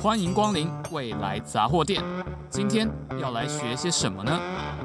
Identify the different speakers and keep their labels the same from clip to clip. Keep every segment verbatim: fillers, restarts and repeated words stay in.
Speaker 1: 欢迎光临未来杂货店。今天要来学些什么呢？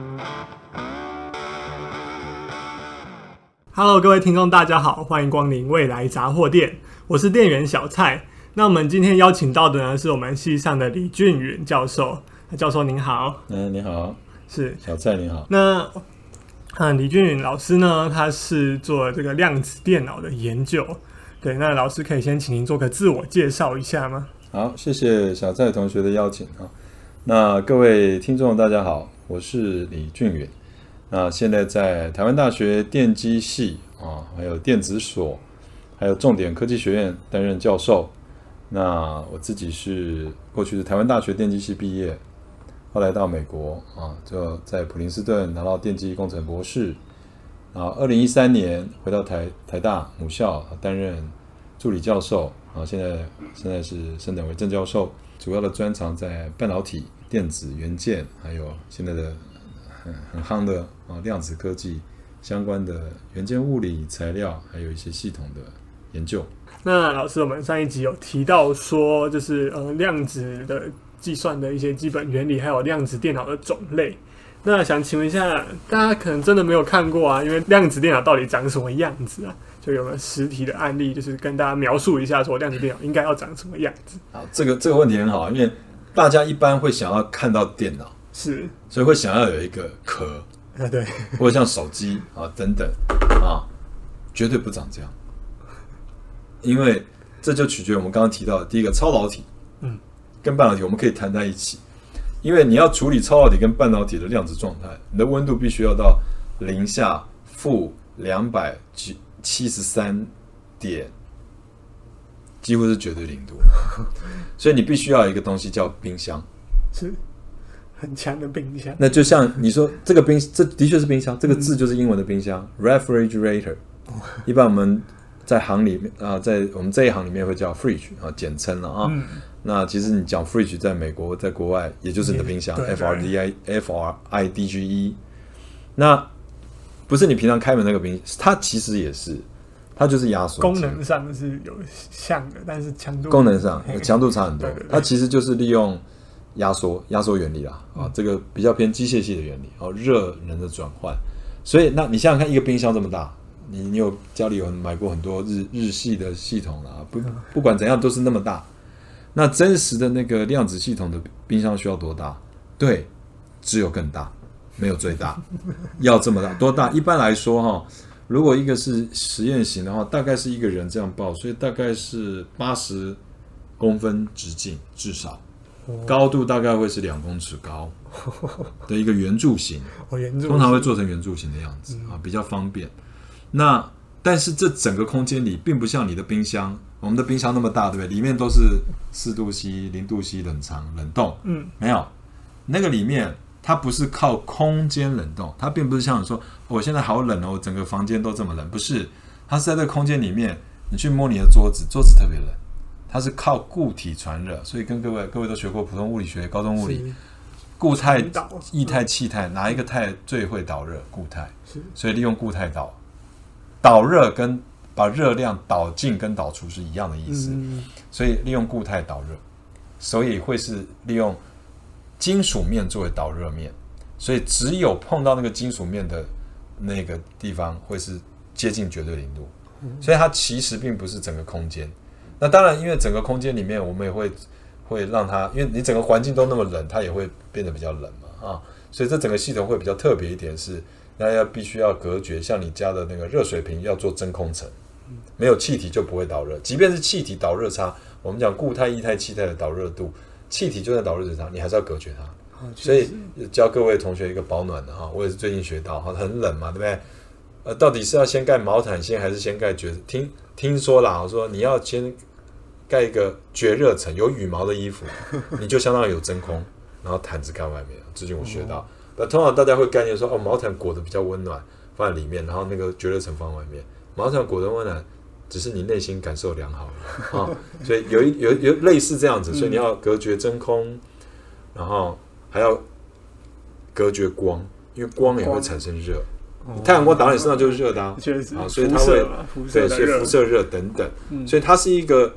Speaker 2: Hello， 各位听众，大家好，欢迎光临未来杂货店，我是店员小蔡。那我们今天邀请到的呢，是我们系上的李俊允教授。教授您好。
Speaker 3: 嗯，你好，
Speaker 2: 是
Speaker 3: 小蔡你好。
Speaker 2: 那嗯，李俊允老师呢，他是做这个量子电脑的研究。对，那老师可以先请您做个自我介绍一下吗？
Speaker 3: 好，谢谢小蔡同学的邀请啊。那各位听众大家好，我是李俊允。那现在在台湾大学电机系啊，还有电子所，还有重点科技学院担任教授。那我自己是过去是台湾大学电机系毕业，后来到美国啊，就在普林斯顿拿到电机工程博士。然后二零一三年回到台台大母校担任助理教授，啊，现在现在是升等为正教授，主要的专长在半导体、电子元件，还有现在的很很夯的啊量子科技相关的元件物理材料，还有一些系统的研究。
Speaker 2: 那老师，我们上一集有提到说，就是呃量子的计算的一些基本原理，还有量子电脑的种类。那想请问一下，大家可能真的没有看过啊，因为量子电脑到底长什么样子啊？就有没有实体的案例，就是跟大家描述一下，说量子电脑应该要长什么样子？
Speaker 3: 好，这个这个问题很好，因为大家一般会想要看到电脑，
Speaker 2: 是，
Speaker 3: 所以会想要有一个壳，
Speaker 2: 啊对，
Speaker 3: 或者像手机啊等等啊，绝对不长这样，因为这就取决于我们刚刚提到的第一个超导体，嗯，跟半导体我们可以谈在一起。因为你要处理超导体跟半导体的量子状态，你的温度必须要到零下负两百七十三点，几乎是绝对零度，所以你必须要有一个东西叫冰箱，
Speaker 2: 是很强的冰箱。
Speaker 3: 那就像你说这个冰，这的确是冰箱，这个字就是英文的冰箱、嗯、refrigerator。一般我们在行里面啊，在我们这一行里面会叫 fridge 啊，简称了啊。嗯，那其实你讲 fridge 在美国在国外也就是你的冰箱 F R D I F R I D G E， 那不是你平常开门那个冰，它其实也是，它就是压缩机，
Speaker 2: 功能上是有像的，但是强度
Speaker 3: 功能上强度差很多。它其实就是利用压缩压缩原理啦，啊、嗯，这个比较偏机械系的原理，哦，热能的转换。所以那你想想看，一个冰箱这么大，你你有家里有买过很多日日系的系统啦，不不管怎样都是那么大。那真实的那个量子系统的冰箱需要多大？对，只有更大，没有最大，要这么大，多大？一般来说哈，如果一个是实验型的话，大概是一个人这样抱，所以大概是八十公分直径，至少高度大概会是两公尺高的一个圆柱形，通常会做成圆柱形的样子啊，比较方便。那但是这整个空间里并不像你的冰箱，我们的冰箱那么大，对不对？里面都是四度 C、零度 C 冷藏冷冻，嗯，没有，那个里面它不是靠空间冷冻，它并不是像你说我现在好冷哦，我整个房间都这么冷，不是，它是在这个空间里面，你去摸你的桌子，桌子特别冷，它是靠固体传热，所以跟各位各位都学过普通物理学、高中物理，固态、液态、气态，哪一个态最会导热？固态，所以利用固态导。导热跟把热量导进跟导出是一样的意思，嗯、所以利用固态导热，所以会是利用金属面作为导热面，所以只有碰到那个金属面的那个地方会是接近绝对零度，嗯、所以它其实并不是整个空间。那当然，因为整个空间里面我们也会会让它，因为你整个环境都那么冷，它也会变得比较冷嘛啊，所以这整个系统会比较特别一点是。那要必须要隔绝，像你家的那个热水瓶要做真空层，没有气体就不会导热。即便是气体导热差，我们讲固态、液态、气态的导热度，气体就算导热差，你还是要隔绝它。所以教各位同学一个保暖的哈，我也是最近学到哈，很冷嘛，对不对？呃，到底是要先盖毛毯先，还是先盖绝？听听说啦，我说你要先盖一个绝热层，有羽毛的衣服，你就相当于有真空，然后毯子盖外面。最近我学到。那通常大家会概念说，哦，毛毯裹得比较温暖，放在里面，然后那个绝热层放外面。毛毯裹得温暖，只是你内心感受良好了啊。所以有一有有类似这样子，所以你要隔绝真空，然后还要隔绝光，因为光也会产生热。太阳光打到你身上就是热的啊，啊，所以它会对，所以辐射热等等，嗯、所以它是一个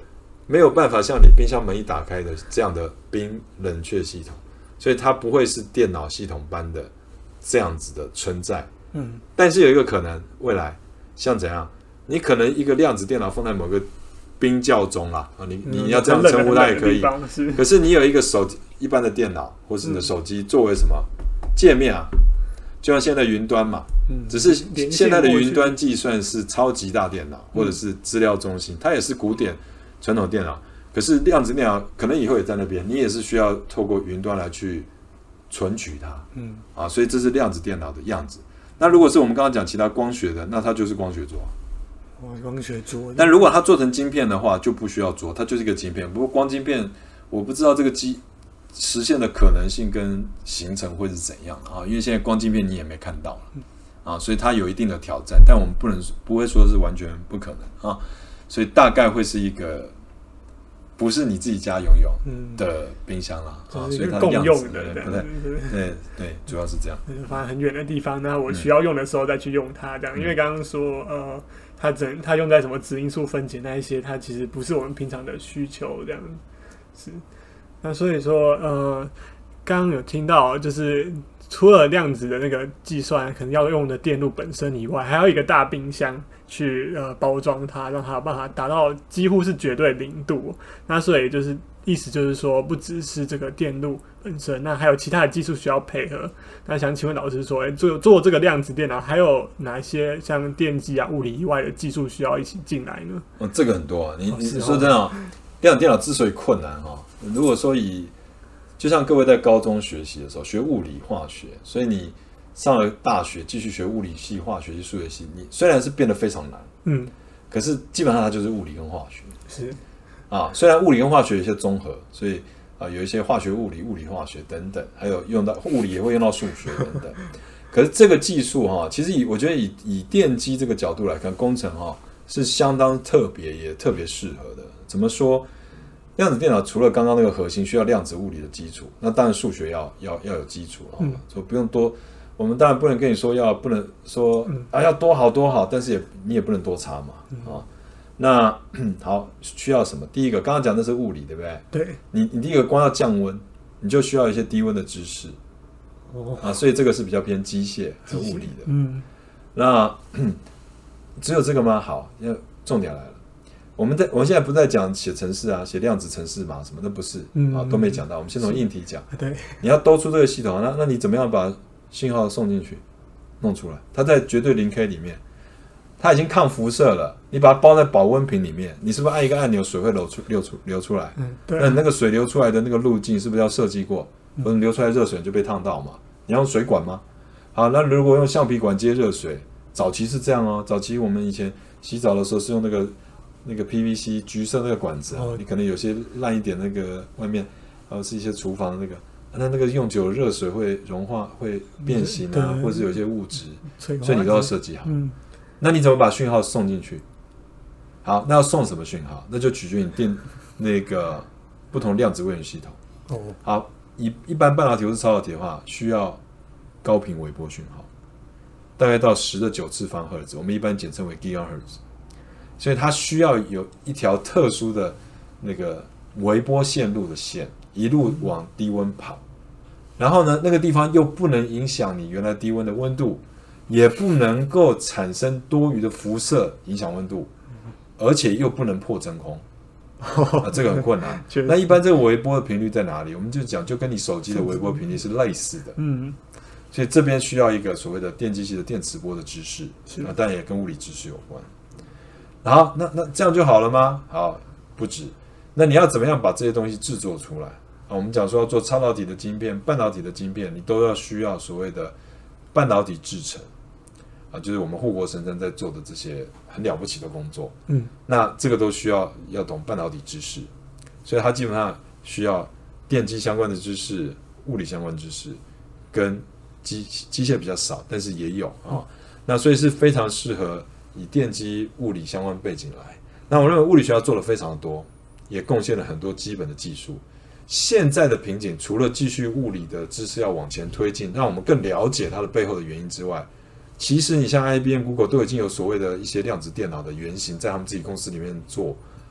Speaker 3: 没有办法像你冰箱门一打开的这样的冰冷却系统，所以它不会是电脑系统般的这样子的存在。
Speaker 2: 嗯，
Speaker 3: 但是有一个可能，未来像怎样，你可能一个量子电脑放在某个冰窖中啦，啊，你你要这样称呼它也可以。
Speaker 2: 是
Speaker 3: 可是你有一个手机一般的电脑，或是你的手机作为什么界面啊？就像现在云端嘛，
Speaker 2: 嗯，
Speaker 3: 只是现在的云端计算是超级大电脑，或者是资料中心，它也是古典传统电脑。可是量子电脑可能以后也在那边，你也是需要透过云端来去存取它，
Speaker 2: 嗯
Speaker 3: 啊，所以这是量子电脑的样子。那如果是我们刚刚讲其他光学的，那它就是光学桌。
Speaker 2: 光学桌。
Speaker 3: 但如果它做成晶片的话，就不需要桌，它就是一个晶片。不过光晶片，我不知道这个机实现的可能性跟形成会是怎样啊？因为现在光晶片你也没看到了啊，所以它有一定的挑战，但我们不能不会说是完全不可能啊。所以大概会是一个不是你自己家拥有的冰箱啦，
Speaker 2: 嗯、
Speaker 3: 啊，所以它
Speaker 2: 共用的，
Speaker 3: 不太对对，主要是这样。
Speaker 2: 放在很远的地方，那我需要用的时候再去用它，这样。嗯、因为刚刚说，呃，它整它用在什么质因数分解那一些，它其实不是我们平常的需求，这样是。那所以说，呃，刚刚有听到，就是除了量子的那个计算可能要用的电路本身以外，还有一个大冰箱去呃包装它，让它有办法达到几乎是绝对零度。那所以就是意思就是说，不只是这个电路本身，那还有其他的技术需要配合。那想请问老师说，欸、做做这个量子电脑，还有哪一些像电机啊、物理以外的技术需要一起进来呢？
Speaker 3: 哦，这个很多啊，你、哦、你说真的、哦，量子电脑之所以困难哈、哦。如果说以，就像各位在高中学习的时候学物理化学，所以你上了大学继续学物理系、化学系、数学系，你虽然是变得非常难，
Speaker 2: 嗯，
Speaker 3: 可是基本上它就是物理跟化学，
Speaker 2: 是
Speaker 3: 啊，虽然物理跟化学有一些综合，所以啊有一些化学物理、物理化学等等，还有用到物理也会用到数学等等，可是这个技术哈、啊，其实以我觉得以以电机这个角度来看，工程哈、啊、是相当特别也特别适合的。怎么说？量子电脑除了刚刚那个核心需要量子物理的基础，那当然数学要要要有基础了，嗯，所以不用多。我们当然不能跟你说要不能说、嗯、啊要多好多好，但是也你也不能多差嘛，嗯、啊。那好，需要什么？第一个刚刚讲的是物理，对不对？
Speaker 2: 对。
Speaker 3: 你你第一个光要降温，你就需要一些低温的知识，哦啊，所以这个是比较偏机械和物理的。嗯。那只有这个吗？好，要重点来了。我们在我们现在不在讲写程式啊，写量子程式嘛，什么都不是、嗯、啊，都没讲到。我们先从硬体讲。
Speaker 2: 对，
Speaker 3: 你要兜出这个系统，那那你怎么样把信号送进去，弄出来？它在绝对零 K 里面，它已经抗辐射了。你把它包在保温瓶里面，你是不是按一个按钮，水会流出流出流出来？
Speaker 2: 嗯，对。
Speaker 3: 那那个水流出来的那个路径是不是要设计过？或者流出来热水就被烫到嘛？你要用水管吗？好，那如果用橡皮管接热水，早期是这样哦。早期我们以前洗澡的时候是用那个。那个 P V C 橘色那个管子啊，哦、你可能有些烂一点，那个外面，还有是一些厨房的那个，那那个用久了热水会融化，会变形啊，或者是有一些物质，所以你都要设计好。嗯，那你怎么把讯号送进去？好，那要送什么讯号？那就取决于你电那个不同量子位元系统。哦，好，一一般半导体或是超导体的话，需要高频微波讯号，大概到十的九次方赫兹，我们一般简称为 gigahertz。所以它需要有一条特殊的那个微波线路的线，一路往低温跑，然后呢，那个地方又不能影响你原来低温的温度，也不能够产生多余的辐射影响温度，而且又不能破真空，啊，这个很困难。那一般这个微波的频率在哪里？我们就讲，就跟你手机的微波频率是类似的。嗯，所以这边需要一个所谓的电机系的电磁波的知识，啊，但也跟物理知识有关。好，那那这样就好了吗？好，不止。那你要怎么样把这些东西制作出来啊？我们讲说要做超导体的晶片、半导体的晶片，你都要需要所谓的半导体制程啊，就是我们护国神山在做的这些很了不起的工作。嗯，那这个都需要要懂半导体知识，所以它基本上需要电机相关的知识、物理相关知识，跟机机械比较少，但是也有啊。那所以是非常适合。以电机物理相关背景来，那我认为物理学家做的非常多，也贡献了很多基本的技术。现在的瓶颈，除了继续物理的知识要往前推进，让我们更了解它的背后的原因之外，其实你像 I B M、Google 都已经有所谓的一些量子电脑的原型，在他们自己公司里面做，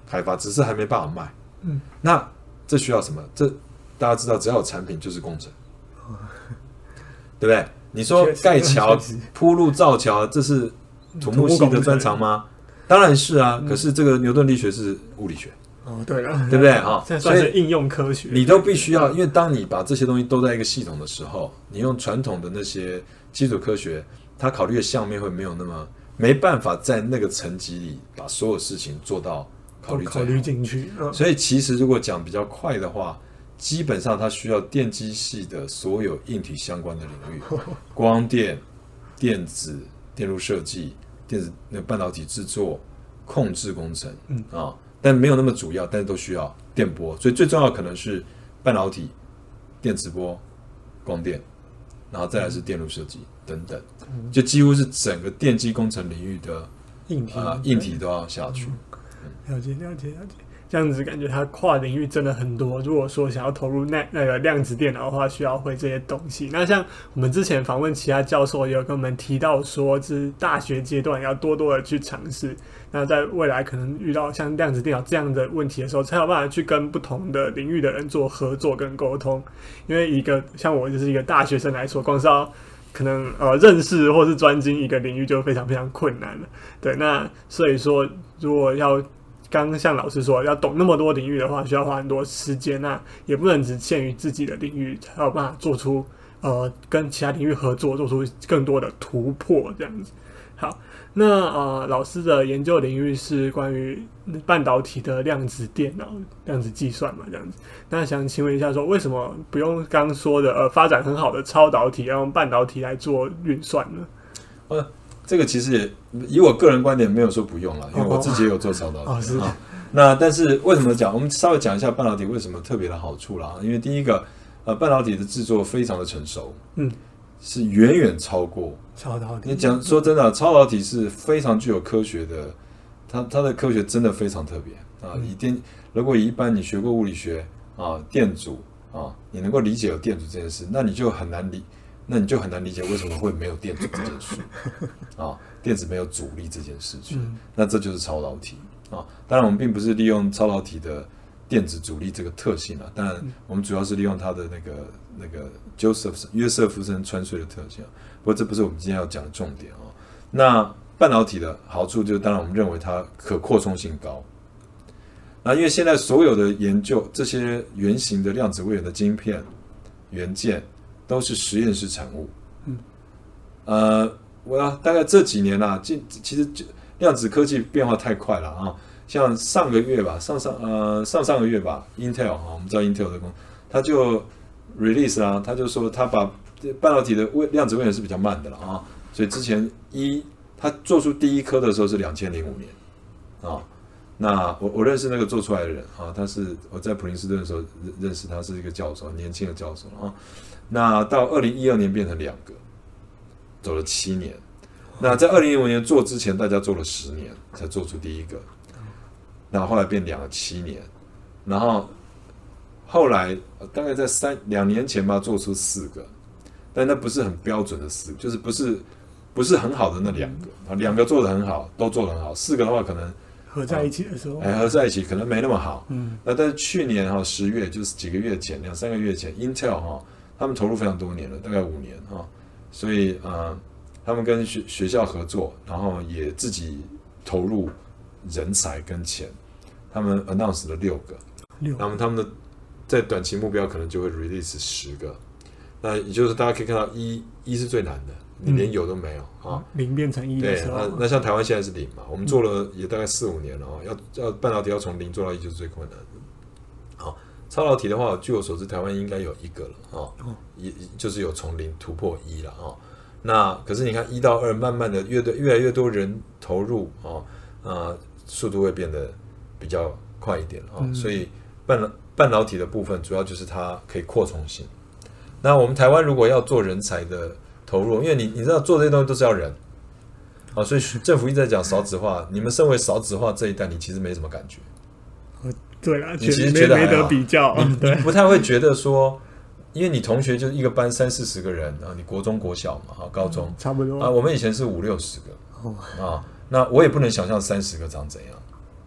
Speaker 3: 开发，只是还没办法卖。
Speaker 2: 嗯，
Speaker 3: 那这需要什么？这大家知道，只要有产品就是工程，对不对？你说盖桥、铺路、造桥，这是土木系的专长吗？当然是啊。嗯、可是这个牛顿力学是物理学。
Speaker 2: 哦，对了，
Speaker 3: 对不对啊？
Speaker 2: 这算是应用科学，
Speaker 3: 你都必须要，因为当你把这些东西都在一个系统的时候，你用传统的那些基础科学，它考虑的项面会没有那么没办法在那个层级里把所有事情做到考虑
Speaker 2: 考虑进去。嗯、
Speaker 3: 所以其实如果讲比较快的话，基本上它需要电机系的所有硬体相关的领域，光电、电子、电路设计、电子那半导体制作、控制工程，嗯啊。但没有那么主要，但是都需要电波，所以最重要的可能是半导体、电磁波、光电，然后再来是电路设计等等，就几乎是整个电机工程领域的
Speaker 2: 硬体
Speaker 3: 啊、呃、硬体都要下去。
Speaker 2: 了解了解了解，这样子感觉它跨领域真的很多。如果说想要投入那那个量子电脑的话，需要会这些东西。那像我们之前访问其他教授，也有跟我们提到说，就是大学阶段要多多的去尝试。那在未来可能遇到像量子电脑这样的问题的时候，才有办法去跟不同的领域的人做合作跟沟通。因为一个像我就是一个大学生来说，光是要可能呃认识或是专精一个领域就非常非常困难了。对，那所以说如果要刚刚像老师说要懂那么多领域的话，需要花很多时间，那也不能只限于自己的领域，才有办法做出呃跟其他领域合作，做出更多的突破这样子。好，那呃老师的研究领域是关于半导体的量子电脑、量子计算嘛这样子。那想请问一下说，为什么不用刚刚说的呃发展很好的超导体，要用半导体来做运算呢？
Speaker 3: 呃这个其实也以我个人观点没有说不用了，因为我自己也有做超导体。
Speaker 2: 哦哦是
Speaker 3: 啊。那但是为什么讲？我们稍微讲一下半导体为什么特别的好处啦。因为第一个，呃，半导体的制作非常的成熟，嗯，是远远超过
Speaker 2: 超导体。
Speaker 3: 你讲说真的，超导体是非常具有科学的，它它的科学真的非常特别啊。以电，如果以一般你学过物理学啊，电阻啊，你能够理解有电阻这件事，那你就很难理。那你就很难理解为什么会没有电阻这件事啊，电子没有阻力这件事情，嗯、那这就是超导体啊。当然，我们并不是利用超导体的电子阻力这个特性啊，当然我们主要是利用它的那个那个 Joseph 约瑟夫森穿隧的特性。不过这不是我们今天要讲的重点啊。那半导体的好处就是，当然我们认为它可扩充性高。那因为现在所有的研究，这些原型的量子位元的晶片元件。都是实验室产物，嗯，呃，我要大概这几年啊，其实量子科技变化太快了啊。像上个月吧，上上呃上上个月吧 ，Intel 啊，我们知道 Intel 的公，他就 release 啊，他就说他把半导体的量子位元是比较慢的了啊，所以之前一他做出第一颗的时候是两千零五年啊。那我我认识那个做出来的人啊，他是我在普林斯顿的时候认识他，是一个教授，年轻的教授啊。那到二零一二年变成两个，走了七年。那在二零零五年做之前，大家做了十年才做出第一个，然后后来变两个七年，然后后来大概在三两年前吧，做出四个，但那不是很标准的四个，就是不是不是很好的那两个啊，两个做得很好，都做得很好，四个的话可能。
Speaker 2: 合在一起的时候，
Speaker 3: 哎，合在一起可能没那么好。嗯，那但是去年哈十月，就是几个月前，两三个月前 ，Intel 哈，他们投入非常多年了，大概五年哈，所以呃，他们跟学学校合作，然后也自己投入人才跟钱，他们 announce 了六个，六，那么他们的在短期目标可能就会 release 十个，那也就是大家可以看到一一是最难的。你连有都没有、嗯、啊，
Speaker 2: 零变成一的时候，
Speaker 3: 对，那那像台湾现在是零嘛，我们做了也大概四五年了啊、嗯，要要半导体要从零做到一就是最困难的。好，超导体的话，据我所知，台湾应该有一个了啊，哦、也就是有从零突破一了啊。那可是你看一到二，慢慢的越越来越多人投入啊，呃，速度会变得比较快一点啊、嗯，所以半半导体的部分主要就是它可以扩充性。那我们台湾如果要做人才的投入，因为你你知道做这些东西都是要人，啊，所以政府一直在讲少子化。你们身为少子化这一代，你其实没什么感觉。
Speaker 2: 对啦，
Speaker 3: 你其实觉得
Speaker 2: 没得比较，
Speaker 3: 你你不太会觉得说，因为你同学就是一个班三四十个人啊，你国中国小嘛，啊，高中、嗯、
Speaker 2: 差不多
Speaker 3: 啊，我们以前是五六十个、哦、啊，那我也不能想象三十个长怎样。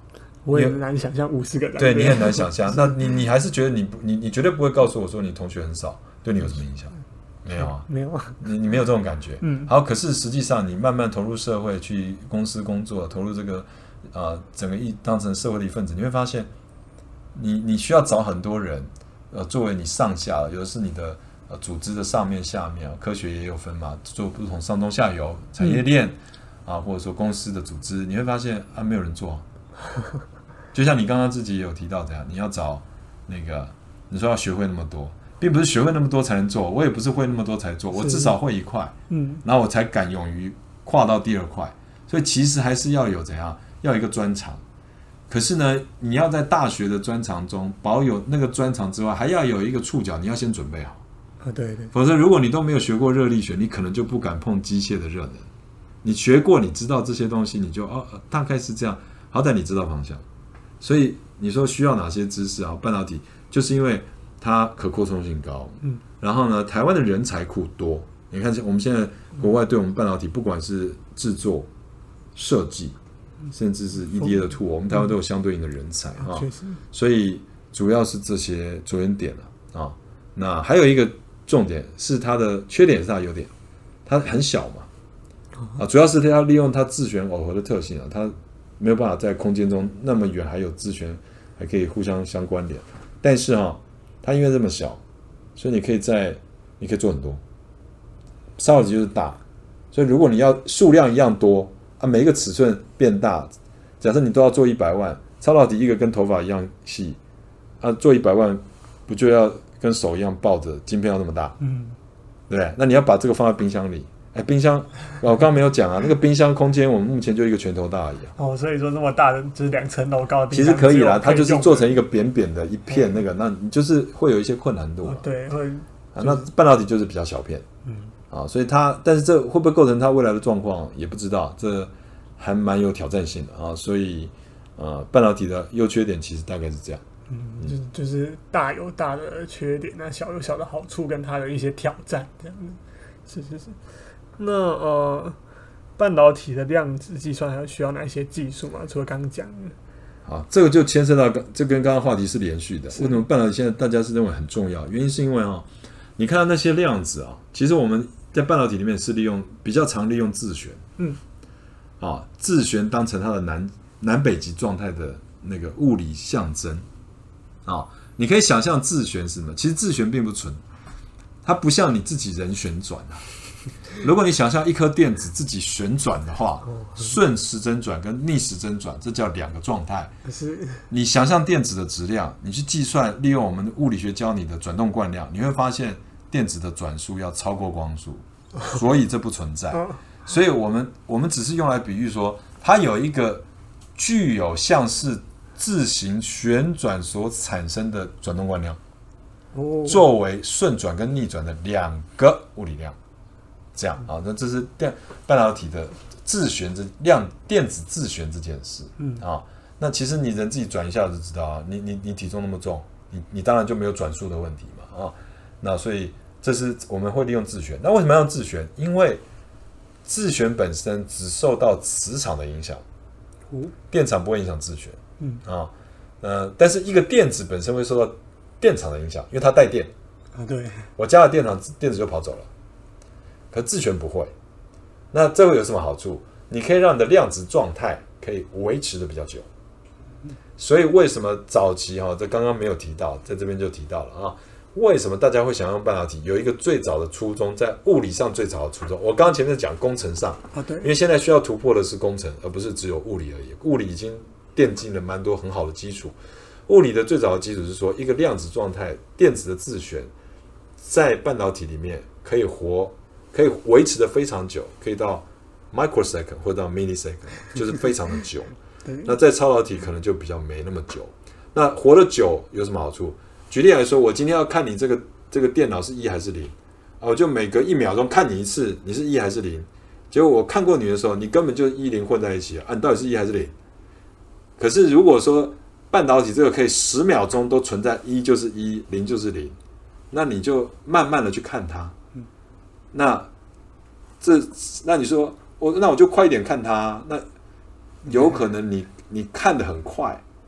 Speaker 2: 我也很难想象五十个人。
Speaker 3: 对你很难想象。那你你还是觉得你你你绝对不会告诉我说你同学很少，对你有什么影响？没有啊，
Speaker 2: 没有啊，
Speaker 3: 你你没有这种感觉。
Speaker 2: 嗯，
Speaker 3: 好，可是实际上你慢慢投入社会，去公司工作，投入这个呃整个一当成社会的一份子，你会发现，你你需要找很多人，呃，作为你上下，有的是你的呃组织的上面下面啊，科学也有分嘛，做不同上中下游产业链、嗯、啊，或者说公司的组织，你会发现啊，没有人做、啊。就像你刚刚自己也有提到这样，你要找那个，你说要学会那么多。并不是学会那么多才能做，我也不是会那么多才做，我至少会一块，嗯，然后我才敢勇于跨到第二块。所以其实还是要有怎样，要有一个专长。可是呢，你要在大学的专长中保有那个专长之外，还要有一个触角，你要先准备好。
Speaker 2: 啊，对对。
Speaker 3: 否则，如果你都没有学过热力学，你可能就不敢碰机械的热能。你学过，你知道这些东西，你就哦，大概是这样，好歹你知道方向。所以你说需要哪些知识啊？半导体就是因为它可扩充性高，嗯，然后呢，台湾的人才库多。你看，我们现在国外对我们半导体，不管是制作、设计，甚至是 E D A 的 tool，、嗯、我们台湾都有相对应的人才啊。确实，所以主要是这些着眼点了啊。那还有一个重点是它的缺点，是它的优点，它很小嘛，啊，主要是它要利用它自旋耦合的特性啊，它没有办法在空间中那么远还有自旋，还可以互相相关联。但是啊。它因为这么小，所以你可以在你可以做很多，超导体就是大，所以如果你要数量一样多啊，每一个尺寸变大，假设你都要做一百万，超导体一个跟头发一样细啊，做一百万不就要跟手一样抱着，晶片要那么大，嗯，对不对？那你要把这个放在冰箱里。哎，冰箱，我刚刚没有讲啊，那个冰箱空间我们目前就一个拳头大而已、啊。
Speaker 2: 哦，所以说那么大的就是两层楼高的冰
Speaker 3: 箱，其实可以啦，
Speaker 2: 可以
Speaker 3: 它就是做成一个扁扁的一片那个，嗯、那你就是会有一些困难度、啊
Speaker 2: 哦。对，会、就是
Speaker 3: 啊。那半导体就是比较小片，嗯，啊，所以它，但是这会不会构成它未来的状况也不知道，这还蛮有挑战性的啊。所以，呃，半导体的优缺点其实大概是这样。
Speaker 2: 嗯，就是就是大有大的缺点，那小有小的好处跟它的一些挑战，这样子。是是是。那呃，半导体的量子计算还需要哪些技术吗？除了刚刚讲的，
Speaker 3: 好，这个就牵涉到这跟刚刚话题是连续的。为什么半导体现在大家是认为很重要？原因是因为啊，你看到那些量子啊，其实我们在半导体里面是利用比较常利用自旋，嗯，啊，自旋当成它的南南北极状态的那个物理象征啊。你可以想象自旋是什么？其实自旋并不纯，它不像你自己人旋转啊。如果你想象一颗电子自己旋转的话，顺时针转跟逆时针转，这叫两个状态。你想象电子的质量，你去计算，利用我们物理学教你的转动惯量，你会发现电子的转速要超过光速，所以这不存在。所以我们我们只是用来比喻说，它有一个具有像是自行旋转所产生的转动惯量，作为顺转跟逆转的两个物理量。这样啊，那这是电半导体的自旋这量电子自旋这件事，嗯啊，那其实你人自己转一下就知道啊，你你你体重那么重，你你当然就没有转速的问题嘛啊，那所以这是我们会利用自旋。那为什么要用自旋？因为自旋本身只受到磁场的影响，电场不会影响自旋，嗯啊，呃，但是一个电子本身会受到电场的影响，因为它带电
Speaker 2: 啊，对，
Speaker 3: 我加了电场，电子就跑走了。可自旋不会，那这会有什么好处？你可以让你的量子状态可以维持的比较久。所以为什么早期哈，这刚刚没有提到，在这边就提到了啊？为什么大家会想用半导体？有一个最早的初衷，在物理上最早的初衷。我刚刚前面讲工程上啊，对，因为现在需要突破的是工程，而不是只有物理而已。物理已经奠定了蛮多很好的基础。物理的最早的基础是说，一个量子状态电子的自旋，在半导体里面可以活。可以维持的非常久，可以到 microsecond 或者到 millisecond， 就是非常的久。那在超导体可能就比较没那么久。那活得久有什么好处？举例来说，我今天要看你这个这个电脑是一还是零，我就每隔一秒钟看你一次，你是一还是零？结果我看过你的时候，你根本就一零混在一起了，啊，你到底是一还是零？可是如果说半导体这个可以十秒钟都存在一就是一，零就是零，那你就慢慢的去看它。那这那你说我那我就快一点看它，那有可能你你看得很快，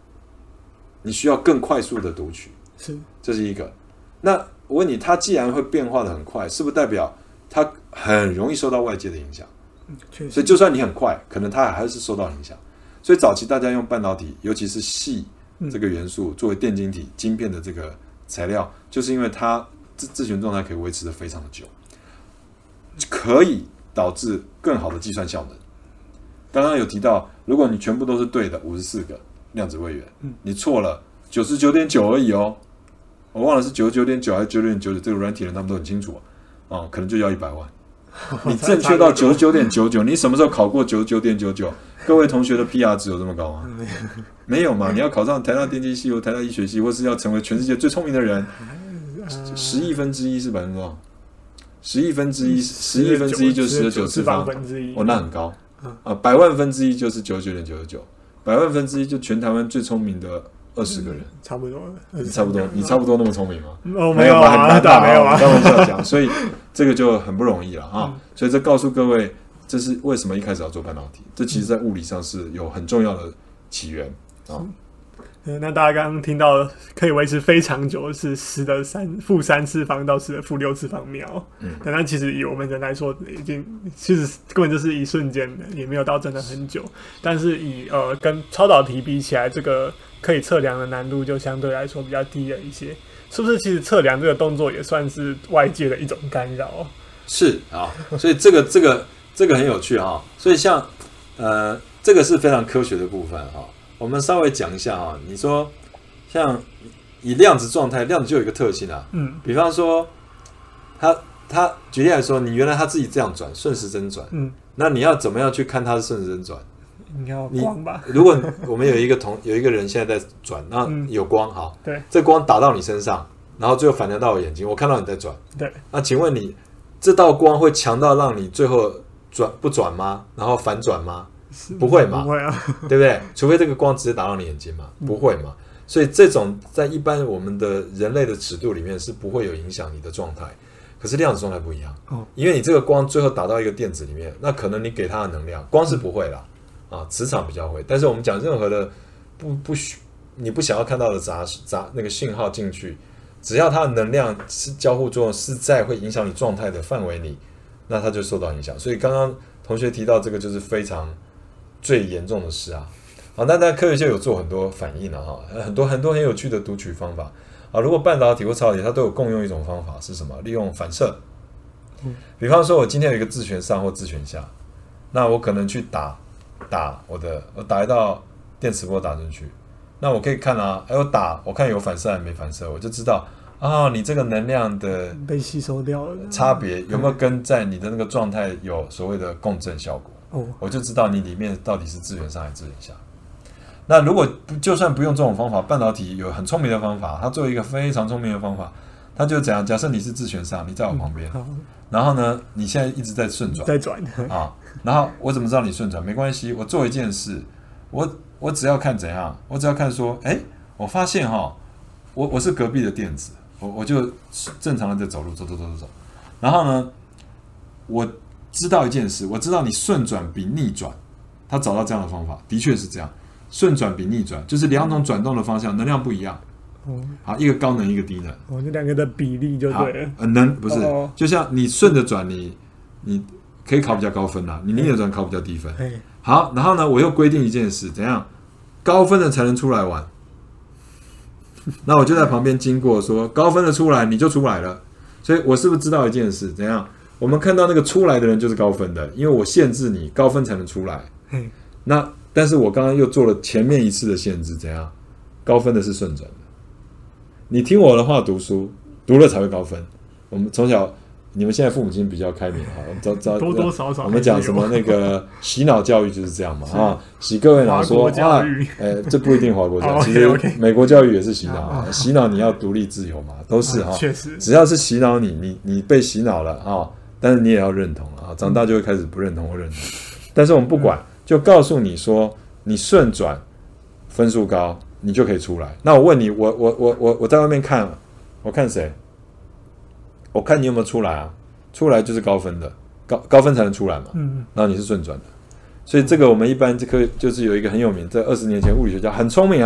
Speaker 3: 你需要更快速的读取，
Speaker 2: 是，
Speaker 3: 这是一个。那我问你，它既然会变化的很快，是不是代表它很容易受到外界的影响？
Speaker 2: 嗯，确实。
Speaker 3: 所以就算你很快，可能它还是受到影响。所以早期大家用半导体，尤其是矽这个元素作为电晶体晶片的这个材料，就是因为它自自旋状态可以维持的非常的久，可以导致更好的计算效能。刚刚有提到，如果你全部都是对的，五十四个量子位元，你错了九十九点九而已哦，我忘了是九十九点九还是九十九点九九，这个软体人他们都很清楚啊，哦、可能就要一百万。你正确到九十九点九九，你什么时候考过九十九点九九？各位同学的 P R 值有这么高吗？没有嘛？你要考上台大电机系或台大医学系，或是要成为全世界最聪明的人，十亿分之一是百分之多少？十亿分之一，十亿分之一就是十的九次方，哦，那很高啊！百万分之一就是九十九点九十九，百万分之一就全台湾最聪明的二十个人，
Speaker 2: 差不多，
Speaker 3: 差不多，你差不多那么聪明吗？
Speaker 2: 哦，没有啊，很大没有啊，
Speaker 3: 开玩笑讲，所以这个就很不容易了啊！所以这告诉各位。这是为什么一开始要做半导体？这其实在物理上是有很重要的起源啊。
Speaker 2: 嗯，那大家刚刚听到可以维持非常久是十的三负三次方到十的负六次方秒，嗯，但它其实以我们人来说，已经其实根本就是一瞬间的，也没有到真的很久。但是以呃跟超导体比起来，这个可以测量的难度就相对来说比较低了一些。是不是？其实测量这个动作也算是外界的一种干扰？
Speaker 3: 是啊，所以这个这个。这个很有趣哈，所以像呃，这个是非常科学的部分哈。我们稍微讲一下哈，你说像以量子状态，量子就有一个特性啊，嗯，比方说它它举例来说，你原来它自己这样转，顺时针转，嗯，那你要怎么样去看它是顺时针转？
Speaker 2: 你要光吧？
Speaker 3: 如果我们有一个同有一个人现在在转，那有光哈，
Speaker 2: 对，
Speaker 3: 这光打到你身上，然后最后反弹到我眼睛，我看到你在转，
Speaker 2: 对，
Speaker 3: 那请问你这道光会强到让你最后转不转吗？然后反转吗？不会嘛，
Speaker 2: 不会啊，
Speaker 3: 对不对？除非这个光直接打到你眼睛嘛，不会嘛。所以这种在一般我们的人类的尺度里面是不会有影响你的状态。可是量子状态不一样，因为你这个光最后打到一个电子里面，那可能你给它的能量，光是不会啦，啊，磁场比较会。但是我们讲任何的不不你不想要看到的杂杂那个信号进去，只要它的能量是交互作用是在会影响你状态的范围里。那它就受到影响，所以刚刚同学提到这个就是非常最严重的事啊。好，那但科学界有做很多反应了哈，很多很多很有趣的读取方法啊。如果半导体或超导体，它都有共用一种方法是什么？利用反射。比方说，我今天有一个自旋上或自旋下，那我可能去打打我的，我打一道电磁波打进去，那我可以看啊，哎，我打我看有反射还没反射，我就知道。啊、哦，你这个能量的
Speaker 2: 被吸收掉了，
Speaker 3: 差别有没有跟在你的那个状态有所谓的共振效果？哦，我就知道你里面到底是自旋上还是自旋下。那如果就算不用这种方法，半导体有很聪明的方法，它做一个非常聪明的方法，它就怎样？假设你是自旋上，你在我旁边，嗯、然后呢，你现在一直在顺转，
Speaker 2: 在转
Speaker 3: 啊，然后我怎么知道你顺转？没关系，我做一件事，我我只要看怎样，我只要看说，哎，我发现哈，我我是隔壁的电子。我我就正常的在走路，走走走走走，然后呢，我知道一件事，我知道你顺转比逆转，他找到这样的方法，的确是这样，顺转比逆转就是两种转动的方向，能量不一样。哦，好，一个高能，一个低能。
Speaker 2: 哦，这两个的比例就对了。
Speaker 3: 呃，能不是，哦、就像你顺着转，你你可以考比较高分啦，你逆着转考比较低分。好，然后呢，我又规定一件事，怎样，高分的才能出来玩。那我就在旁边经过说，高分的出来你就出来了，所以我是不是知道一件事？怎样？我们看到那个出来的人就是高分的，因为我限制你高分才能出来。那但是我刚刚又做了前面一次的限制，怎样？高分的是顺转的，你听我的话读书，读了才会高分。我们从小，你们现在父母亲比较开明哈，
Speaker 2: 多多少少
Speaker 3: 我们讲什么那个洗脑教育就是这样嘛啊，洗各位脑说啊，哎，这不一定华国教育，其实美国教育也是洗脑啊，洗脑你要独立自由嘛，都是哈，
Speaker 2: 确实，
Speaker 3: 只要是洗脑你，你你被洗脑了啊，但是你也要认同啊，长大就会开始不认同或认同，但是我们不管，就告诉你说你顺转分数高，你就可以出来。那我问你，我我我我我在外面看，我看谁？我看你有没有出来啊？出来就是高分的，高高分才能出来嘛。嗯，然后你是顺转的，所以这个我们一般这科就是有一个很有名，在二十年前物理学家很聪明啊，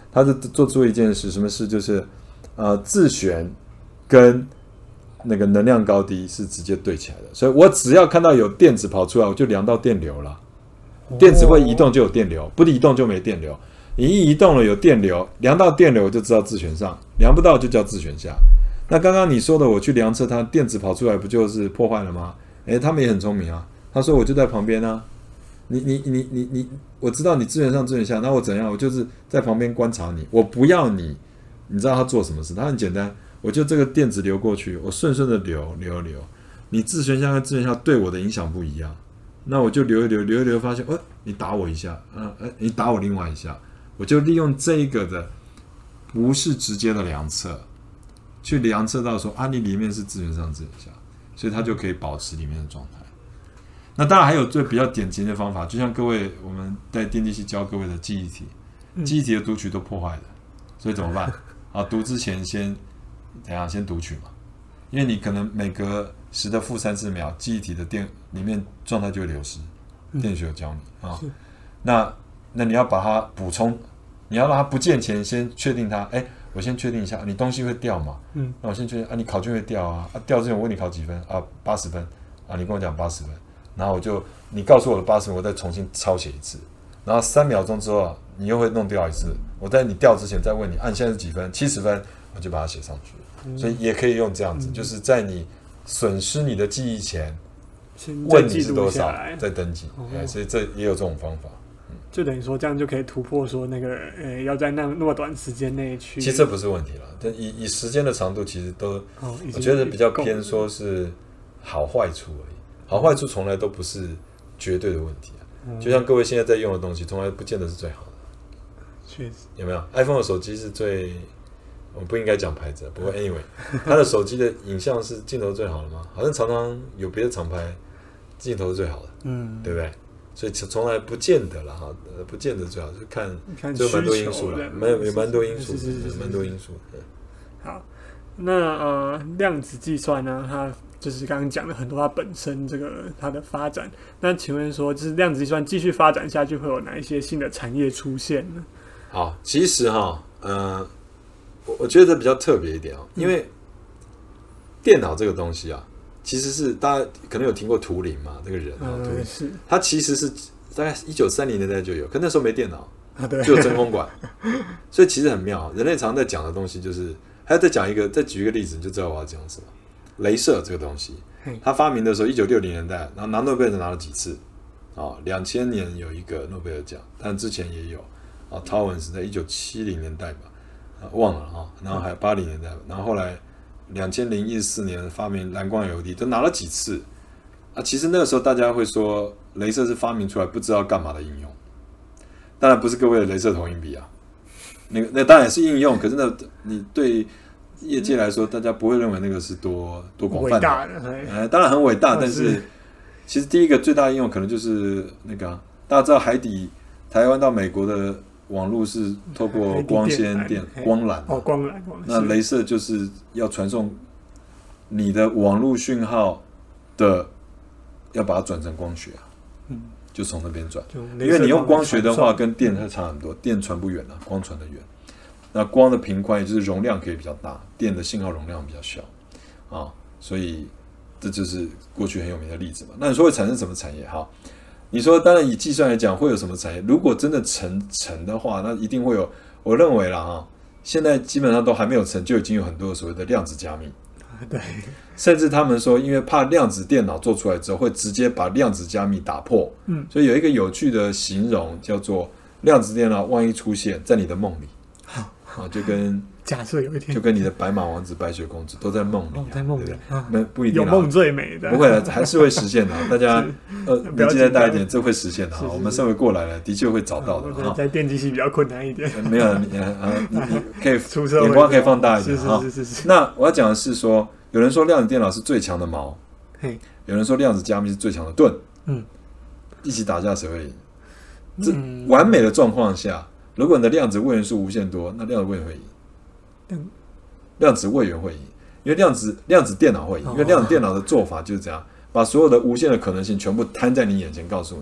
Speaker 3: 他是做出一件事，什么事？就是呃自旋跟那个能量高低是直接对起来的，所以我只要看到有电子跑出来，我就量到电流了。电子会移动就有电流，不移动就没电流。你一移动了有电流，量到电流就知道自旋上，量不到就叫自旋下。那刚刚你说的，我去量测它电子跑出来，不就是破坏了吗？诶，他们也很聪明啊。他说我就在旁边啊，你你你你你，我知道你自旋上自旋下，那我怎样？我就是在旁边观察你，我不要你。你知道他做什么事？他很简单，我就这个电子流过去，我顺顺的流流流，你自旋下跟自旋下对我的影响不一样，那我就流一流流一流，发现，哎、呃，你打我一下，呃，哎，你打我另外一下，我就利用这个的，不是直接的量测，去量测到说啊，你里面是自旋上自旋下，所以它就可以保持里面的状态。那当然还有最比较典型的方法，就像各位我们在电机系教各位的记忆体，记忆体的读取都破坏了，所以怎么办？啊，读之前先怎样？先读取嘛，因为你可能每隔十的负三十秒，记忆体的电里面状态就会流失。电学有教你啊，那那你要把它补充，你要让它不见前，先确定它。哎，我先确定一下，你东西会掉嘛？嗯，那我先确定啊，你考卷会掉啊，啊掉之前我问你考几分啊？八十分啊，你跟我讲八十分，然后我就你告诉我的八十分，我再重新抄写一次，然后三秒钟之后啊，你又会弄掉一次，我在你掉之前再问你，啊，你现在是几分？七十分，我就把它写上去。嗯、所以也可以用这样子，嗯、就是在你损失你的记忆前，问你是多少，再登记。哦、所以这也有这种方法。嗯、
Speaker 2: 就等于说这样就可以突破说那个呃要在那那么短时间内去。
Speaker 3: 其实这不是问题了，但以以时间的长度，其实都、哦、我觉得比较偏说是好坏处而已。好坏处从来都不是绝对的问题啊。嗯、就像各位现在在用的东西，从来不见得是最好的。
Speaker 2: 确实，
Speaker 3: 有没有 ？iPhone 的手机是最。我不应该讲牌子，不过 anyway， 它的手机的影像是镜头最好的吗？好像常常有别的厂牌镜头是最好的，嗯，对不对？所以从来不见得了哈，不见得最好，就看就蛮多因素了，蛮有蛮多因素，蛮多因素。
Speaker 2: 好，那呃，量子计算呢，它就是刚刚讲了很多它本身这个它的发展。那请问说，就是量子计算继续发展下去，会有哪一些新的产业出现呢？
Speaker 3: 好，其实哈，呃。我觉得比较特别一点哦，因为电脑这个东西啊，其实是大家可能有听过图灵嘛，这个人啊，图灵是他其实是大概一九三零年代就有，可那时候没电脑，啊、就有真空管，所以其实很妙。人类常常在讲的东西，就是还要再讲一个，再举一个例子，你就知道我要讲什么。雷射这个东西，他发明的时候，一九六零年代，然后拿诺贝尔拿了几次啊？两千年有一个诺贝尔奖，但之前也有啊。陶文是在一九七零年代吧。忘了哈，然后还有八零年代，然后后来两千零一十四年发明蓝光 L E D， 都拿了几次啊？其实那个时候大家会说，雷射是发明出来不知道干嘛的应用，当然不是各位的雷射投影笔啊，那个那当然是应用，可是那你对业界来说，大家不会认为那个是多多广泛的，
Speaker 2: 伟大的，
Speaker 3: 呃，当然很伟大，但是其实第一个最大的应用可能就是那个、啊、大家知道海底台湾到美国的。网络是透过光纤电、光缆
Speaker 2: 哦，光缆。
Speaker 3: 那雷射就是要传送你的网络讯号的，要把它转成光学啊，嗯，就从那边转。因为你用光学的话，跟电它差很多，电传不远啊，光传得远。那光的频宽也就是容量可以比较大，电的信号容量比较小啊，所以这就是过去很有名的例子嘛。那你说会产生什么产业？哈。你说，当然以计算来讲，会有什么产业？如果真的成成的话，那一定会有。我认为啦，哈，现在基本上都还没有成，就已经有很多所谓的量子加密。
Speaker 2: 对，
Speaker 3: 甚至他们说，因为怕量子电脑做出来之后，会直接把量子加密打破。嗯，所以有一个有趣的形容叫做：量子电脑万一出现在你的梦里，啊，就跟。
Speaker 2: 假设有一天，
Speaker 3: 就跟你的白马王子、白雪公主都在梦里、啊哦，
Speaker 2: 在梦里，
Speaker 3: 那、啊、不一定、啊、
Speaker 2: 有梦最美的，
Speaker 3: 不会了，还是会实现的。大家呃年纪再大一点，这会实现的。我们稍微过来了，的确会找到的。
Speaker 2: 啊、在电机系比较困难一点，
Speaker 3: 没有你啊，你你可以眼光可以放大一点
Speaker 2: 哈。是是是是。
Speaker 3: 那我要讲的是说，有人说量子电脑是最强的矛，有人说量子加密是最强的盾。嗯，一起打架谁会赢？这完美的状况下，如果你的量子位元数无限多，那量子位元会赢。嗯。量子位元会赢，因为量子量子电脑会赢，因为量子电脑的做法就是这样，把所有的无限的可能性全部摊在你眼前，告诉你，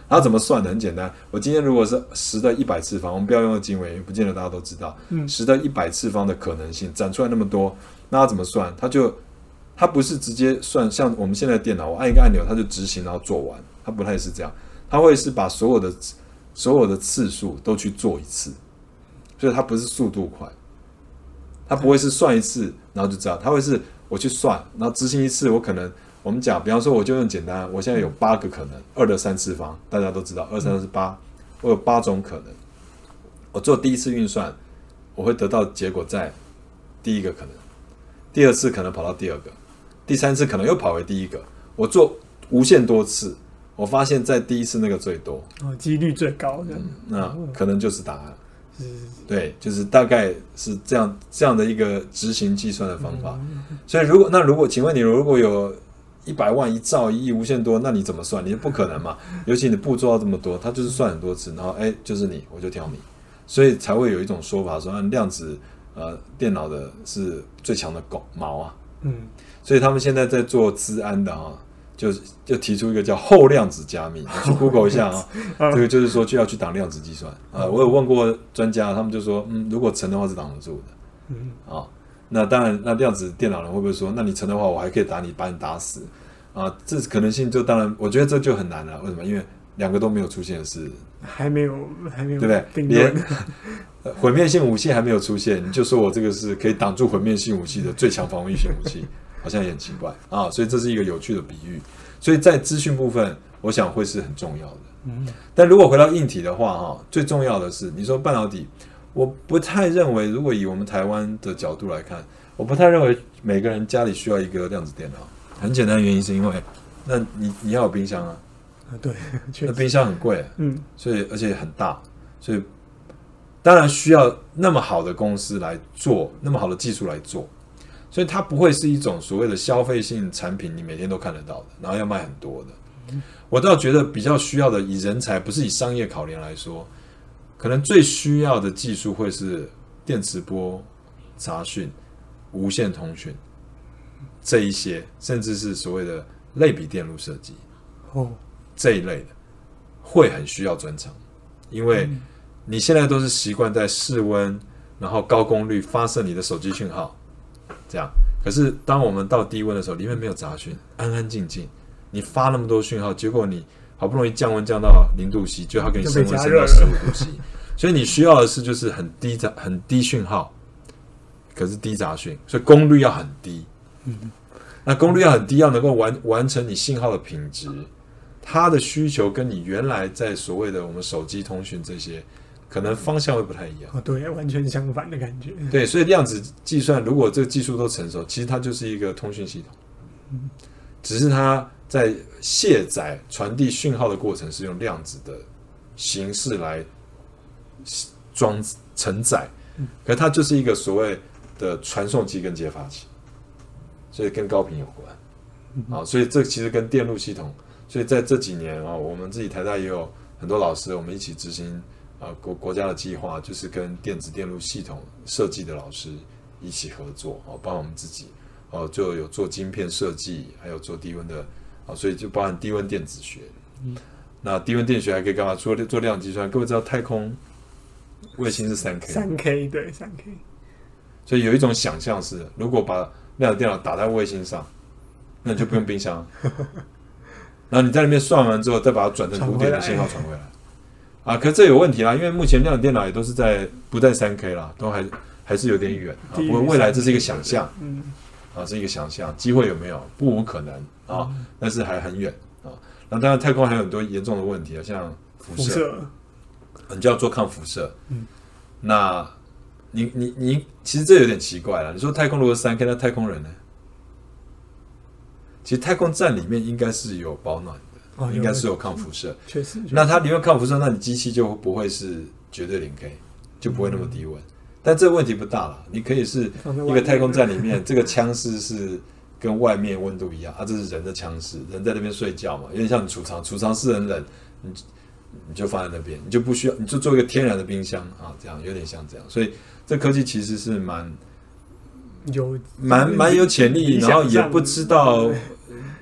Speaker 3: 它怎么算的？很简单，我今天如果是十的一百次方，我们不要用经纬，不见得大家都知道。十的一百次方的可能性展出来那么多，那它怎么算？它就它不是直接算，像我们现在的电脑，我按一个按钮它就执行，然后做完，它不太是这样。它会是把所有的所有的次数都去做一次，所以它不是速度快，它不会是算一次然后就知道，它会是我去算，然后执行一次，我可能。我们讲，比方说，我就用简单，我现在有八个可能，二的三次方，大家都知道，二三是八，我有八种可能。我做第一次运算，我会得到结果在第一个可能，第二次可能跑到第二个，第三次可能又跑回第一个。我做无限多次，我发现在第一次那个最多，
Speaker 2: 哦，几率最高的、
Speaker 3: 嗯，那可能就是答案。对，就是大概是这样这样的一个执行计算的方法。所以如果那如果请问你如果有一百万、一兆、一亿、无限多，那你怎么算？你不可能嘛？尤其你步骤要这么多，它就是算很多次，然后哎，就是你，我就挑你，所以才会有一种说法说，按量子呃电脑的是最强的狗毛啊。嗯，所以他们现在在做资安的啊，就就提出一个叫后量子加密，你去 Google 一下啊，这个就是说就要去挡量子计算啊。我有问过专家，他们就说，嗯，如果成的话是挡得住的，嗯啊。那当然，那量子电脑人会不会说，那你成的话，我还可以打你，把你打死啊？这可能性就当然，我觉得这就很难了。为什么？因为两个都没有出现的是，
Speaker 2: 还没有，还没有，
Speaker 3: 对不对？连毁灭性武器还没有出现，你就说我这个是可以挡住毁灭性武器的最强防御性武器，好像也很奇怪啊。所以这是一个有趣的比喻。所以在资讯部分，我想会是很重要的。嗯，但如果回到硬体的话，哈，最重要的是，你说半导体。我不太认为，如果以我们台湾的角度来看，我不太认为每个人家里需要一个量子电脑。很简单的原因是因为，那你你要有冰箱啊，
Speaker 2: 啊对，
Speaker 3: 那冰箱很贵，
Speaker 2: 嗯，
Speaker 3: 所以而且很大，所以当然需要那么好的公司来做，那么好的技术来做，所以它不会是一种所谓的消费性产品，你每天都看得到的，然后要卖很多的。嗯、我倒觉得比较需要的，以人才不是以商业考量来说。可能最需要的技术会是电磁波杂讯、无线通讯这一些，甚至是所谓的类比电路设计哦这一类的，会很需要专长，因为你现在都是习惯在室温，然后高功率发射你的手机讯号，这样。可是当我们到低温的时候，里面没有杂讯，安安静静，你发那么多讯号，结果你好不容易降温降到零度 C， 就要给你升温升到十五度 C。所以你需要的是就是很低杂很低讯号，可是低杂讯，所以功率要很低。嗯，那功率要很低，要能够完完成你信号的品质，它的需求跟你原来在所谓的我们手机通讯这些，可能方向会不太一样。
Speaker 2: 哦，对，完全相反的感觉。
Speaker 3: 对，所以量子计算如果这个技术都成熟，其实它就是一个通讯系统。嗯，只是它在卸载传递讯号的过程是用量子的形式来装承载，可是它就是一个所谓的传送机跟接发器，所以跟高频有关啊。所以这其实跟电路系统，所以在这几年啊，我们自己台大也有很多老师，我们一起执行啊国国家的计划，就是跟电子电路系统设计的老师一起合作啊，包括我们自己哦、啊，就有做晶片设计，还有做低温的啊，所以就包含低温电子学。嗯，那低温电子学还可以干嘛？除了做量子计算，各位知道太空卫星是三 K，
Speaker 2: 三 K 对三 K，
Speaker 3: 所以有一种想象是，如果把量子电脑打在卫星上，那你就不用冰箱，然后你在那边算完之后，再把它转成图典的信号传回来。啊，可是这有问题啦，因为目前量子电脑也都是在不在三 K 啦，都还还是有点远啊。不过未来这是一个想象，嗯，啊，是一个想象，机会有没有？不无可能啊，但是还很远啊。那当然，太空还有很多严重的问题啊，像辐射。你就要做抗辐射，嗯，那你你你，其实这有点奇怪了。你说太空如果三 K， 那太空人呢？其实太空站里面应该是有保暖的，哦、应该是有抗辐射，
Speaker 2: 确实。
Speaker 3: 那它里面抗辐射，那你机器就不会是绝对零 K， 就不会那么低温。嗯、但这个问题不大了，你可以是一个太空站里面，这个枪室是跟外面温度一样啊，这是人的枪室，人在那边睡觉嘛，有点像你储藏，储藏室很冷，你。你就放在那边，你就不需要，你就做一个天然的冰箱啊，这样有点像这样，所以这科技其实是蛮
Speaker 2: 有
Speaker 3: 蛮蛮有潜力，然后也不知道，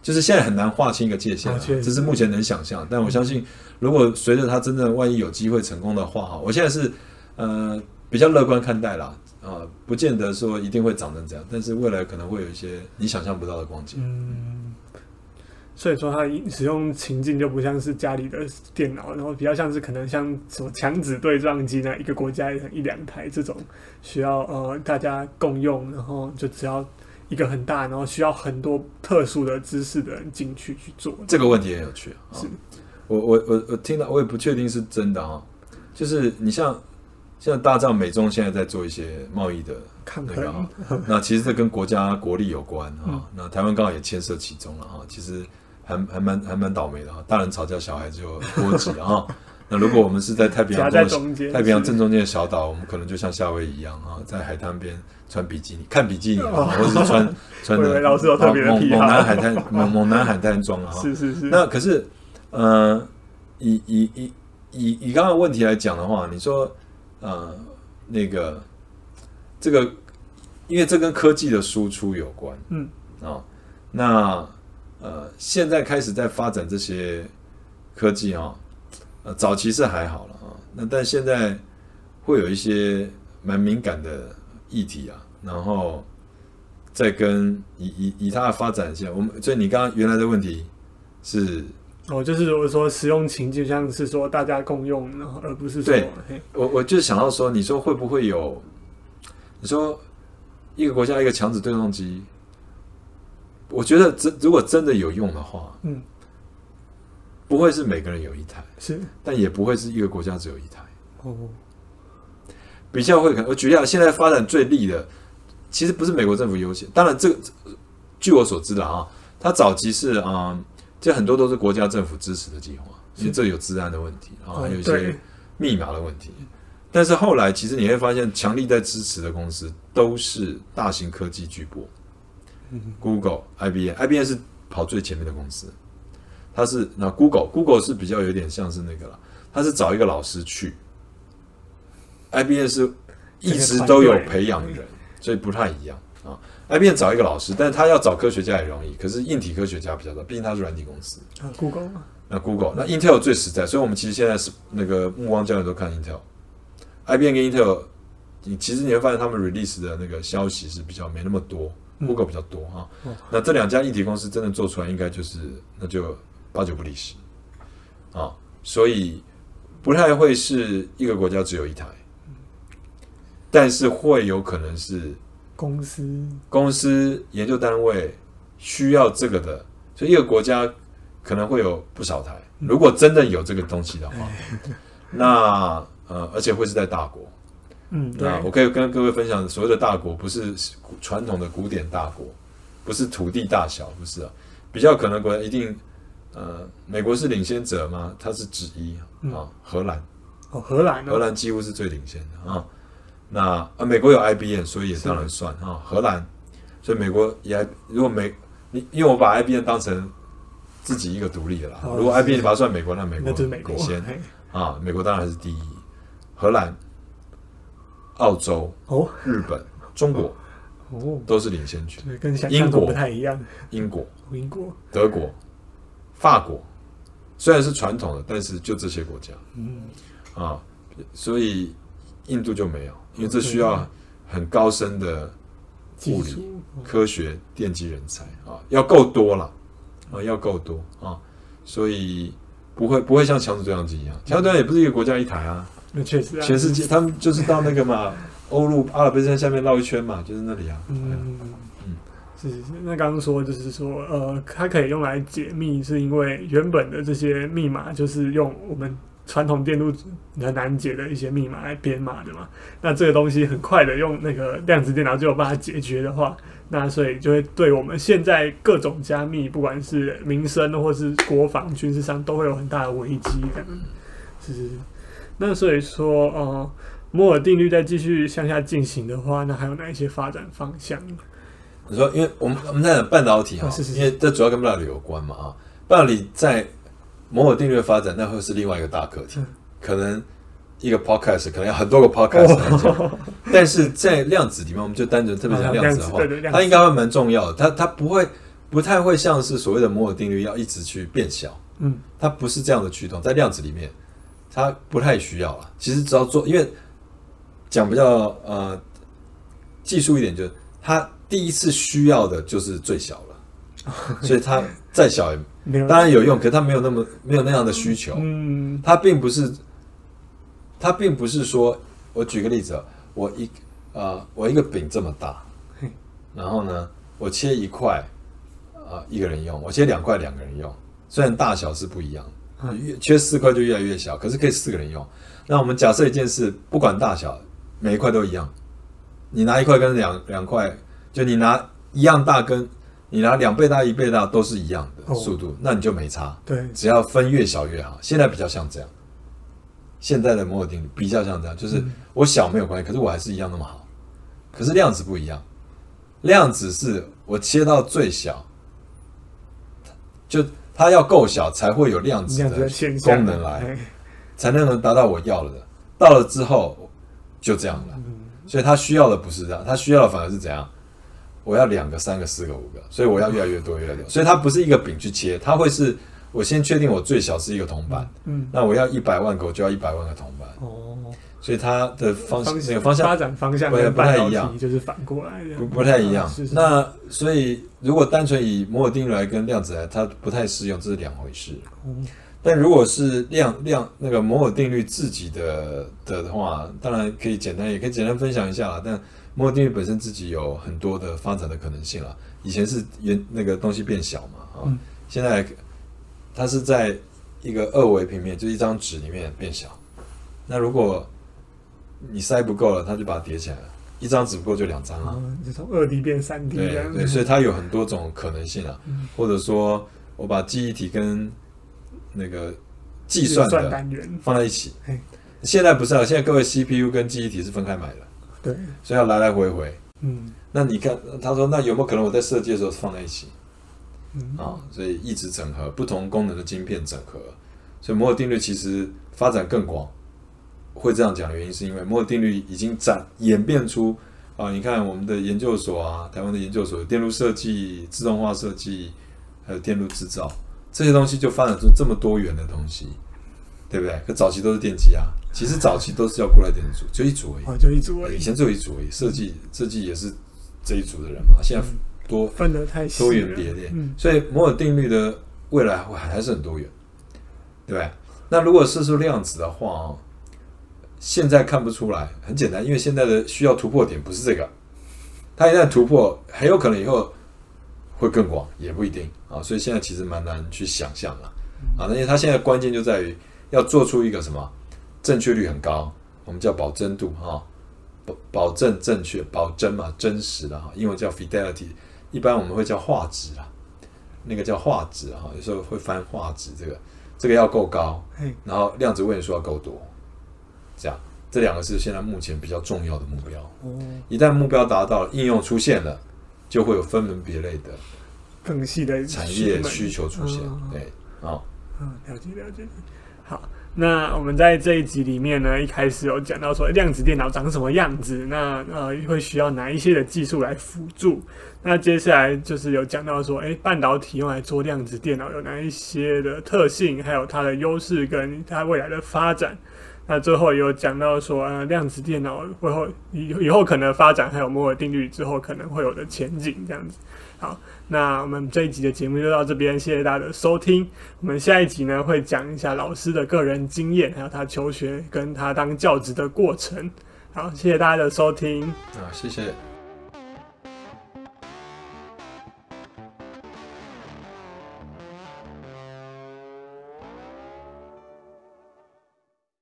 Speaker 3: 就是现在很难划清一个界限、啊，这是目前能想象。但我相信，如果随着它真正万一有机会成功的话，我现在是呃比较乐观看待啦，啊、呃，不见得说一定会长成这样，但是未来可能会有一些你想象不到的光景。
Speaker 2: 嗯，所以说它使用情境就不像是家里的电脑，然后比较像是可能像什么强子对撞机那一个国家一两台这种需要呃大家共用，然后就只要一个很大，然后需要很多特殊的知识的人进去去做。这
Speaker 3: 个问题也有趣啊！
Speaker 2: 是
Speaker 3: 我我我我听到，我也不确定是真的啊。就是你像像大仗美中现在在做一些贸易的那个啊，那其实这跟国家国力有关啊。嗯、那台湾刚好也牵涉其中了啊。其实还还蛮还蛮倒霉的啊，大人吵架，小孩就波及啊。那如果我们是在太平洋中的太平洋正中间的小岛，我们可能就像夏威夷一样啊，在海滩边穿比基尼，看比基尼啊，或者是穿穿的
Speaker 2: 老师有特别的癖好，
Speaker 3: 猛男海滩猛猛男海滩装啊。
Speaker 2: 是是是。
Speaker 3: 那可是，呃，以以以以以刚刚的问题来讲的话，你说呃那个这个，因为这跟科技的输出有关，嗯啊，那呃现在开始在发展这些科技啊。呃，早期是还好了啊，那但现在会有一些蛮敏感的议题啊，然后再跟以以以它的发展线，我们所以你刚刚原来的问题是
Speaker 2: 哦，就是如果说使用情境像是说大家共用，然后而不是说
Speaker 3: 对，我我就是想到说，你说会不会有？你说一个国家一个强子对撞机，我觉得真如果真的有用的话，嗯。不会是每个人有一台，
Speaker 2: 是，
Speaker 3: 但也不会是一个国家只有一台。哦，比较会可能，我举例啊，现在发展最利的，其实不是美国政府优先，当然这个据我所知的啊，它早期是啊、嗯，这很多都是国家政府支持的计划，因为这有治安的问题啊，还有一些密码的问题。但是后来其实你会发现，强力在支持的公司都是大型科技巨擘、嗯、，Google、I B M，I B M 是跑最前面的公司。他是那 Google Google 是比较有点像是那个啦，他是找一个老师去 ，I B M 是一直都有培养人，所以不太一样啊。I B M 找一个老师，但是他要找科学家也容易，可是硬体科学家比较多，毕竟他是软体公司
Speaker 2: 啊。Google
Speaker 3: 那 Google 那 Intel 最实在，所以我们其实现在是那个目光焦点都看 Intel，I B M 跟 Intel， 你其实你会发现他们 release 的那个消息是比较没那么多、嗯、，Google 比较多哈、哦。那这两家硬体公司真的做出来，应该就是那就。八九不离十啊，所以不太会是一个国家只有一台，但是会有可能是
Speaker 2: 公司、
Speaker 3: 公司研究单位需要这个的，所以一个国家可能会有不少台。如果真的有这个东西的话，那呃，而且会是在大国。嗯，那我可以跟各位分享，所谓的大国不是传统的古典大国，不是土地大小，不是啊，比较可能国家一定。呃，美国是领先者吗？它是之一啊、嗯。荷兰，
Speaker 2: 哦，荷兰、哦，
Speaker 3: 荷兰几乎是最领先的啊。那啊，美国有 I B M， 所以也当然算啊。荷兰，所以美国也如果美，你因为我把 I B M 当成自己一个独立的啦。哦、如果 I B M 把它算美国，那美国领先啊。美国当然是第一，荷兰、澳洲、哦、日本、中国哦，都是领先群。
Speaker 2: 跟想象中不太一样。
Speaker 3: 英国、
Speaker 2: 英国、
Speaker 3: 德国。法国虽然是传统的，但是就这些国家，嗯啊，所以印度就没有，因为这需要很高深的物理、科学、电机人才啊，要够多了啊，要够多啊，所以不会不会像强子对讲机一样，强子对讲也不是一个国家一台啊，
Speaker 2: 那确实、啊，
Speaker 3: 全世界他们就是到那个嘛，欧陆阿尔卑斯山下面绕一圈嘛，就是那里啊，
Speaker 2: 嗯。嗯是是是，那刚刚说就是说，呃，它可以用来解密，是因为原本的这些密码就是用我们传统电路很难解的一些密码来编码的嘛。那这个东西很快的用那个量子电脑就有办法解决的话，那所以就会对我们现在各种加密，不管是民生或是国防、军事上，都会有很大的危机感。是是是。那所以说，呃，摩尔定律再继续向下进行的话，那还有哪一些发展方向？
Speaker 3: 你说，因为我们我们在讲半导体哈、哦，因为这主要跟半导体有关嘛啊。半导体在摩尔定律的发展，那会是另外一个大课题，可能一个 podcast 可能要很多个 podcast 来讲、哦。但是在量子里面，我们就单纯特别讲量子的话，它应该会蛮重要的。它它不会不太会像是所谓的摩尔定律要一直去变小，
Speaker 2: 嗯，
Speaker 3: 它不是这样的驱动，在量子里面，它不太需要了。其实只要做，因为讲比较呃技术一点，就是它第一次需要的就是最小了，所以它再小也当然有用，可是它没有那么没有那样的需求。
Speaker 2: 嗯，
Speaker 3: 它并不是，它并不是说，我举个例子，我一呃我一个饼这么大，然后呢，我切一块。啊、呃，一个人用，我切两块两个人用，虽然大小是不一样的，越切四块就越来越小，可是可以四个人用。那我们假设一件事，不管大小，每一块都一样，你拿一块跟两两块，就你拿一样大跟你拿两倍大一倍大都是一样的速度，哦、那你就没差。
Speaker 2: 对，只
Speaker 3: 要分越小越好。现在比较像这样，现在的摩尔定律比较像这样，就是我小没有关系，可是我还是一样那么好。可是量子不一样，量子是我切到最小。就它要够小，才会有量子的功能来，才能达到我要的。到了之后就这样了，所以它需要的不是这样，它需要的反而是怎样？我要两个、三个、四个、五个，所以我要越来越多、越来越多。所以它不是一个饼去切，它会是我先确定我最小是一个铜板，嗯，那我要一百万个，我就要一百万个铜板。哦，所以它的方向、那个方向
Speaker 2: 发展方向
Speaker 3: 不不太一样，
Speaker 2: 就是反过来的，
Speaker 3: 不不太一样。
Speaker 2: 是是
Speaker 3: 那所以如果单纯以摩尔定律来跟量子来，它不太适用，这是两回事。嗯，但如果是量量那个摩尔定律自己的的话，当然可以简单，也可以简单分享一下啦。但摩尔定律本身自己有很多的发展的可能性啦。以前是原那个东西变小嘛，啊、嗯，现在它是在一个二维平面，就一张纸里面变小。那如果你塞不够了，它就把它叠起来了。一张纸不够就两张了，
Speaker 2: 嗯，就从二 D 变三 D 这样。
Speaker 3: 对对，所以它有很多种可能性啊。嗯、或者说，我把记忆体跟那个计算的
Speaker 2: 单元
Speaker 3: 放在一起。现在不是啊，现在各位 C P U 跟记忆体是分开买的。
Speaker 2: 对，
Speaker 3: 所以要来来回回。
Speaker 2: 嗯，
Speaker 3: 那你看，他说，那有没有可能我在设计的时候放在一起？嗯啊，所以一直整合不同功能的晶片整合，所以摩尔定律其实发展更广。会这样讲的原因是因为摩尔定律已经展演变出啊，你看我们的研究所啊，台湾的研究所有电路设计、自动化设计，还有电路制造这些东西，就发展出这么多元的东西，对不对？可早期都是电机啊，其实早期都是要过来电子组，就一组而已，
Speaker 2: 哦，就一组而已。
Speaker 3: 以前只有一组而已，设计设计也是这一组的人嘛，现在多
Speaker 2: 分得太细，
Speaker 3: 多元叠列，嗯，所以摩尔定律的未来还是很多元，对不对？那如果是说量子的话哦。现在看不出来，很简单，因为现在的需要突破点不是这个，它一旦突破，很有可能以后会更广，也不一定啊。所以现在其实蛮难去想象了啊。因为它现在关键就在于要做出一个什么正确率很高，我们叫保真度哈，保保证正确，保真嘛，真实的哈，英文叫 fidelity， 一般我们会叫画质啦，那个叫画质哈，有时候会翻画质，这个这个要够高，然后量子位元数要够多。这样，这两个是现在目前比较重要的目标。哦，一旦目标达到了，应用出现了，就会有分门别类的
Speaker 2: 更细的
Speaker 3: 产业需求出现。哦、对，好、
Speaker 2: 嗯，了解了解。好，那我们在这一集里面呢，一开始有讲到说量子电脑长什么样子，那呃会需要哪一些的技术来辅助？那接下来就是有讲到说，哎，半导体用来做量子电脑有哪一些的特性，还有它的优势跟它未来的发展。那最后也有讲到说，呃，量子电脑以后以后可能发展，还有摩尔定律之后可能会有的前景这样子。好，那我们这一集的节目就到这边，谢谢大家的收听。我们下一集呢会讲一下老师的个人经验，还有他求学跟他当教职的过程。好，谢谢大家的收听。
Speaker 3: 啊，谢谢。